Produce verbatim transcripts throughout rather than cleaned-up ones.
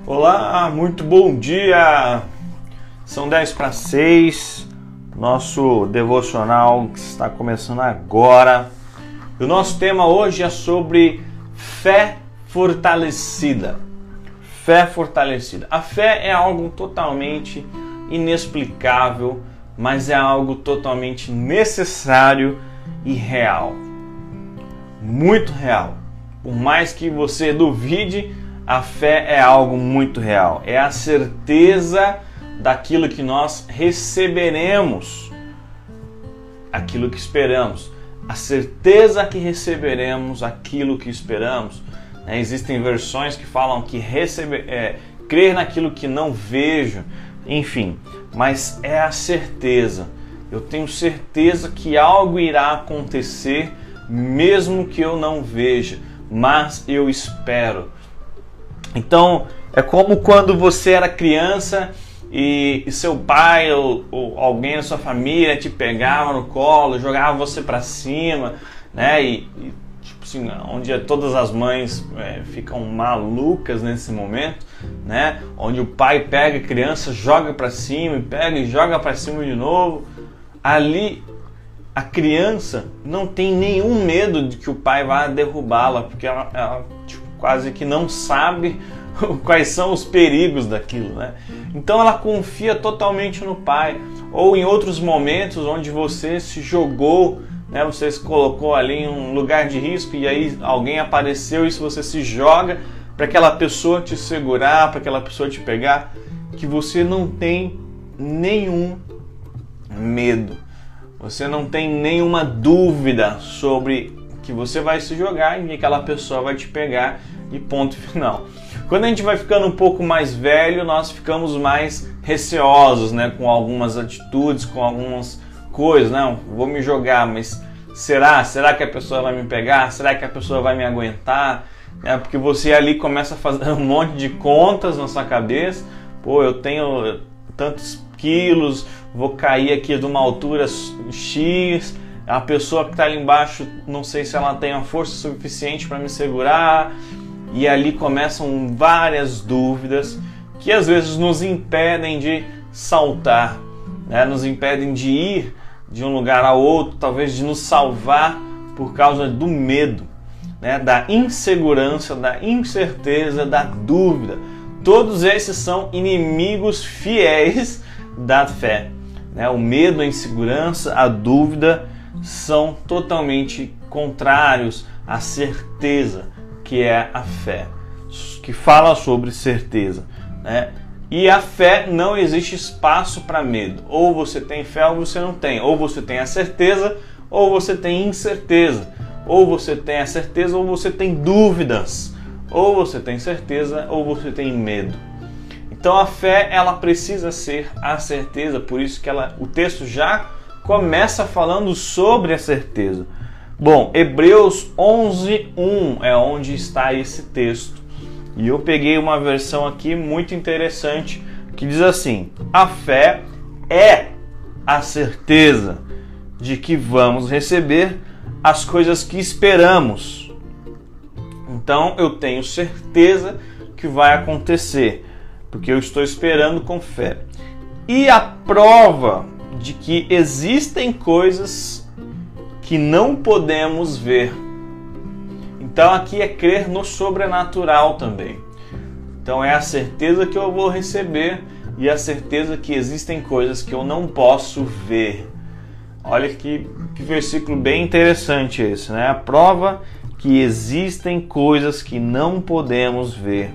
Olá, muito bom dia! São dez para seis, nosso devocional está começando agora. E o nosso tema hoje é sobre fé fortalecida. Fé fortalecida. A fé é algo totalmente inexplicável, mas é algo totalmente necessário e real. Muito real. Por mais que você duvide, a fé é algo muito real. É a certeza daquilo que nós receberemos, aquilo que esperamos. A certeza que receberemos aquilo que esperamos. Né? Existem versões que falam que receber, é, crer naquilo que não vejo, enfim. Mas é a certeza. Eu tenho certeza que algo irá acontecer, mesmo que eu não veja, mas eu espero. Então, é como quando você era criança e, e seu pai ou, ou alguém da sua família te pegava no colo, jogava você para cima, né? E, e tipo assim, onde todas as mães é, ficam malucas nesse momento, né? Onde o pai pega a criança, joga para cima e pega e joga para cima de novo. Ali a criança não tem nenhum medo de que o pai vá derrubá-la, porque ela, ela tipo, quase que não sabe quais são os perigos daquilo, né? Então ela confia totalmente no pai. Ou em outros momentos onde você se jogou, né? Você se colocou ali em um lugar de risco e aí alguém apareceu e se você se joga para aquela pessoa te segurar, para aquela pessoa te pegar, que você não tem nenhum medo. Você não tem nenhuma dúvida sobre que você vai se jogar e que aquela pessoa vai te pegar e ponto final. Quando a gente vai ficando um pouco mais velho, nós ficamos mais receosos, né, com algumas atitudes, com algumas coisas. Não, vou me jogar, mas será? Será que a pessoa vai me pegar? Será que a pessoa vai me aguentar? É, porque você ali começa a fazer um monte de contas na sua cabeça. Pô, eu tenho tantos quilos, vou cair aqui de uma altura X, a pessoa que está ali embaixo, não sei se ela tem a força suficiente para me segurar, e ali começam várias dúvidas que às vezes nos impedem de saltar, né? Nos impedem de ir de um lugar a outro, talvez de nos salvar por causa do medo, né? Da insegurança, da incerteza, da dúvida. Todos esses são inimigos fiéis da fé, né? O medo, a insegurança, a dúvida são totalmente contrários à certeza, que é a fé, que fala sobre certeza, né? E a fé, não existe espaço para medo. Ou você tem fé ou você não tem. Ou você tem a certeza ou você tem incerteza. Ou você tem a certeza ou você tem dúvidas. Ou você tem certeza ou você tem medo. Então a fé, ela precisa ser a certeza, por isso que ela, o texto já começa falando sobre a certeza. Bom, Hebreus onze, um é onde está esse texto. E eu peguei uma versão aqui muito interessante que diz assim: a fé é a certeza de que vamos receber as coisas que esperamos. Então eu tenho certeza que vai acontecer, porque eu estou esperando com fé. E a prova de que existem coisas que não podemos ver. Então aqui é crer no sobrenatural também. Então é a certeza que eu vou receber e a certeza que existem coisas que eu não posso ver. Olha que, que versículo bem interessante esse, né? A prova que existem coisas que não podemos ver.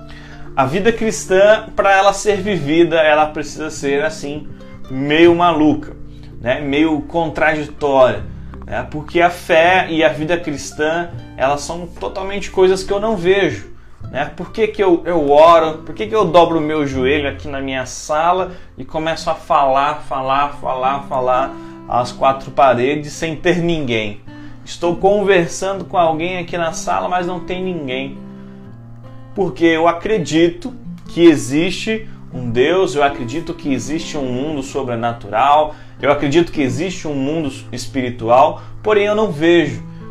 A vida cristã, para ela ser vivida, ela precisa ser assim, meio maluca, né? Meio contraditória, né? Porque a fé e a vida cristã, elas são totalmente coisas que eu não vejo, né? Por que que eu, eu oro? Por que que eu dobro o meu joelho aqui na minha sala e começo a falar, falar, falar, falar às quatro paredes sem ter ninguém? Estou conversando com alguém aqui na sala, mas não tem ninguém. Porque eu acredito que existe um Deus, eu acredito que existe um mundo sobrenatural, eu acredito que existe um mundo espiritual, porém eu não vejo.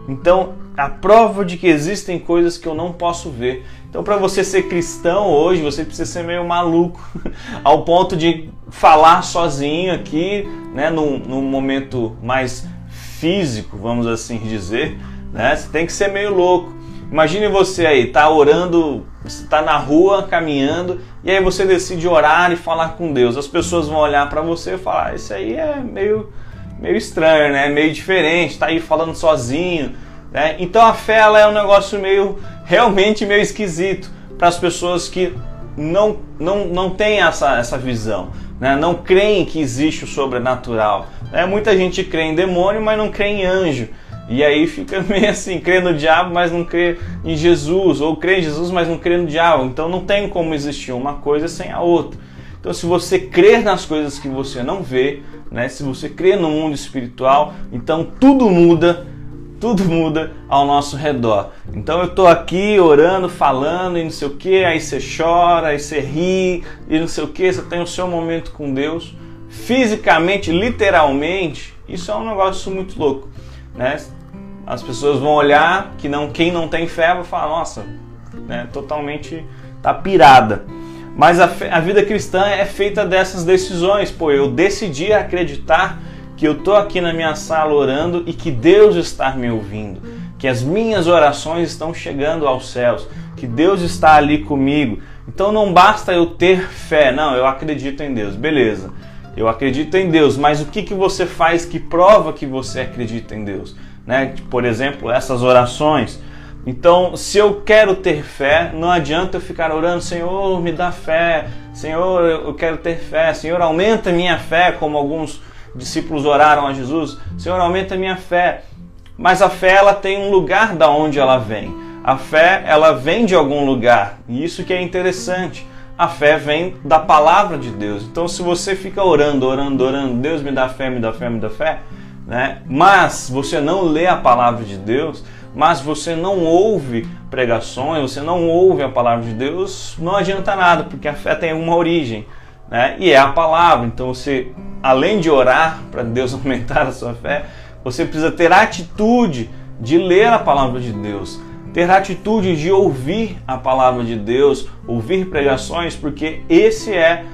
Então, a prova de que existem coisas que eu não posso ver. Então, para você ser cristão hoje, você precisa ser meio maluco, ao ponto de falar sozinho aqui, né, num, num momento mais físico, vamos assim dizer, né? Você tem que ser meio louco. Imagine você aí, tá orando, você tá na rua, caminhando, e aí você decide orar e falar com Deus. As pessoas vão olhar para você e falar, ah, isso aí é meio, meio estranho, né? Meio diferente, tá aí falando sozinho, né? Então a fé, ela é um negócio meio, realmente meio esquisito para as pessoas que não, não, não têm essa, essa visão, né? Não creem que existe o sobrenatural, né? Muita gente crê em demônio, mas não crê em anjo. E aí fica meio assim, crê no diabo, mas não crê em Jesus, ou crê em Jesus, mas não crê no diabo. Então não tem como existir uma coisa sem a outra. Então se você crer nas coisas que você não vê, né, se você crê no mundo espiritual, então tudo muda, tudo muda ao nosso redor. Então eu estou aqui orando, falando e não sei o que, aí você chora, aí você ri e não sei o que, você tem o seu momento com Deus. Fisicamente, literalmente, isso é um negócio muito louco, né? As pessoas vão olhar, que não, quem não tem fé vai falar, nossa, né, totalmente tá pirada. Mas a, a vida cristã é feita dessas decisões. Pô, eu decidi acreditar que eu tô aqui na minha sala orando e que Deus está me ouvindo, que as minhas orações estão chegando aos céus, que Deus está ali comigo. Então não basta eu ter fé, não, eu acredito em Deus, beleza. Eu acredito em Deus, mas o que, que você faz que prova que você acredita em Deus? Né? Por exemplo, essas orações. Então, se eu quero ter fé, não adianta eu ficar orando, Senhor, me dá fé, Senhor, eu quero ter fé, Senhor, aumenta minha fé, como alguns discípulos oraram a Jesus, Senhor, aumenta minha fé. Mas a fé, ela tem um lugar da onde ela vem. A fé, ela vem de algum lugar, e isso que é interessante. A fé vem da palavra de Deus. Então, se você fica orando, orando, orando, Deus me dá fé, me dá fé, me dá fé, né? Mas você não lê a palavra de Deus, mas você não ouve pregações, você não ouve a palavra de Deus, não adianta nada, porque a fé tem uma origem, né? E é a palavra. Então você, além de orar para Deus aumentar a sua fé, você precisa ter a atitude de ler a palavra de Deus, ter a atitude de ouvir a palavra de Deus, ouvir pregações, porque esse é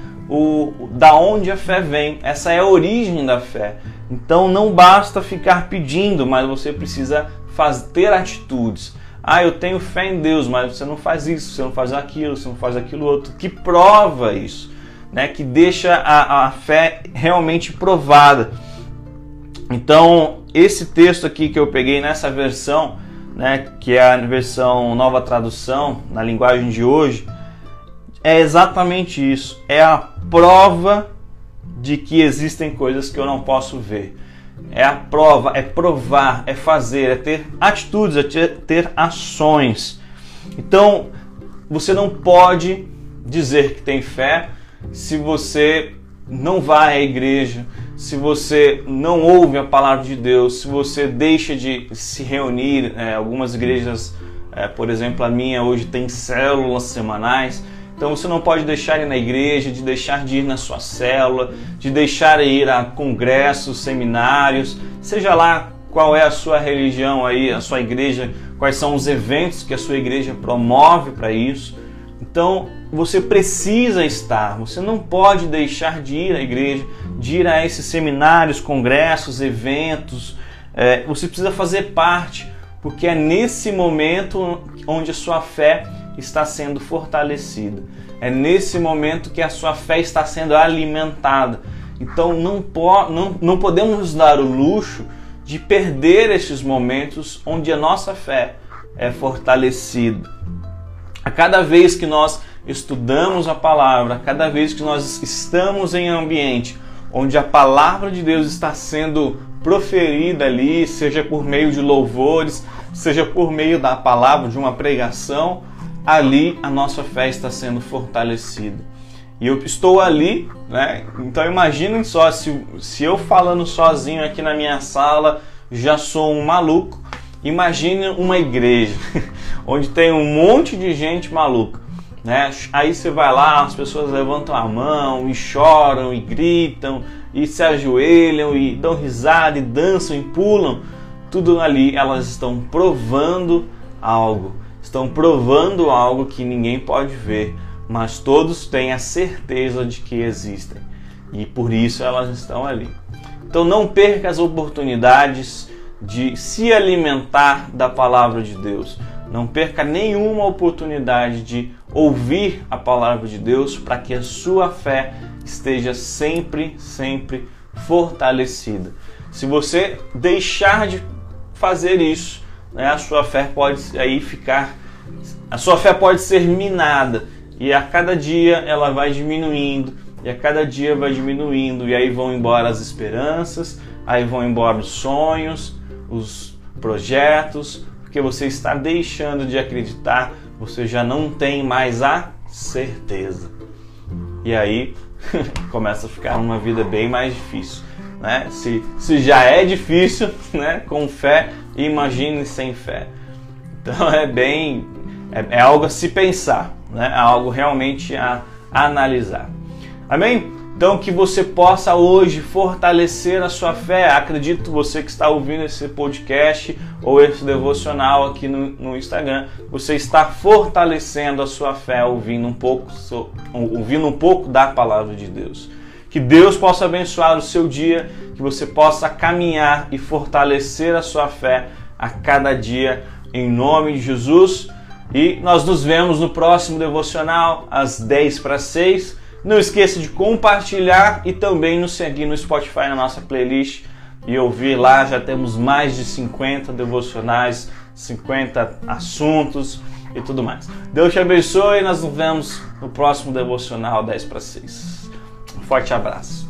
o da onde a fé vem, essa é a origem da fé. Então não basta ficar pedindo, mas você precisa faz, ter atitudes. Ah, eu tenho fé em Deus, mas você não faz isso, você não faz aquilo, você não faz aquilo outro. Que prova isso, né? Que deixa a, a fé realmente provada. Então, esse texto aqui que eu peguei nessa versão, né, que é a versão Nova Tradução, na linguagem de hoje, é exatamente isso. É a prova de que existem coisas que eu não posso ver. É a prova, é provar, é fazer, é ter atitudes, é ter, ter ações. Então, você não pode dizer que tem fé se você não vai à igreja, se você não ouve a palavra de Deus, se você deixa de se reunir. É, algumas igrejas, é, por exemplo, a minha hoje tem células semanais. Então você não pode deixar de ir na igreja, de deixar de ir na sua célula, de deixar de ir a congressos, seminários, seja lá qual é a sua religião aí, a sua igreja, quais são os eventos que a sua igreja promove para isso. Então você precisa estar, você não pode deixar de ir à igreja, de ir a esses seminários, congressos, eventos. É, você precisa fazer parte, porque é nesse momento onde a sua fé está sendo fortalecida. É nesse momento que a sua fé está sendo alimentada. Então não, po- não, não podemos nos dar o luxo de perder esses momentos onde a nossa fé é fortalecida. A cada vez que nós estudamos a palavra, a cada vez que nós estamos em um ambiente onde a palavra de Deus está sendo proferida ali, seja por meio de louvores, seja por meio da palavra, de uma pregação, ali a nossa fé está sendo fortalecida. E eu estou ali, né? Então imaginem só, se, se eu falando sozinho aqui na minha sala já sou um maluco, imagine uma igreja onde tem um monte de gente maluca, né? Aí você vai lá, as pessoas levantam a mão e choram e gritam e se ajoelham e dão risada e dançam e pulam. tudo ali elas estão provando algo, estão provando algo que ninguém pode ver, mas todos têm a certeza de que existem e por isso elas estão ali. Então não perca as oportunidades de se alimentar da palavra de Deus. Não perca nenhuma oportunidade de ouvir a palavra de Deus para que a sua fé esteja sempre, sempre fortalecida. Se você deixar de fazer isso, né, a sua fé pode aí ficar, a sua fé pode ser minada e a cada dia ela vai diminuindo e a cada dia vai diminuindo e aí vão embora as esperanças, aí vão embora os sonhos, os projetos, porque você está deixando de acreditar, você já não tem mais a certeza. E aí começa a ficar uma vida bem mais difícil, né? Se, se já é difícil, né, com fé, imagine sem fé. Então é bem, é, é algo a se pensar, né? É algo realmente a, a analisar. Amém? Então que você possa hoje fortalecer a sua fé. Acredito você que está ouvindo esse podcast ou esse devocional aqui no, no Instagram, você está fortalecendo a sua fé ouvindo um pouco, ouvindo um pouco da palavra de Deus. Que Deus possa abençoar o seu dia, que você possa caminhar e fortalecer a sua fé a cada dia, em nome de Jesus. E nós nos vemos no próximo devocional às dez para as seis. Não esqueça de compartilhar e também nos seguir no Spotify, na nossa playlist, e ouvir lá. Já temos mais de cinquenta devocionais, cinquenta assuntos e tudo mais. Deus te abençoe e nós nos vemos no próximo devocional dez para as seis. Um forte abraço.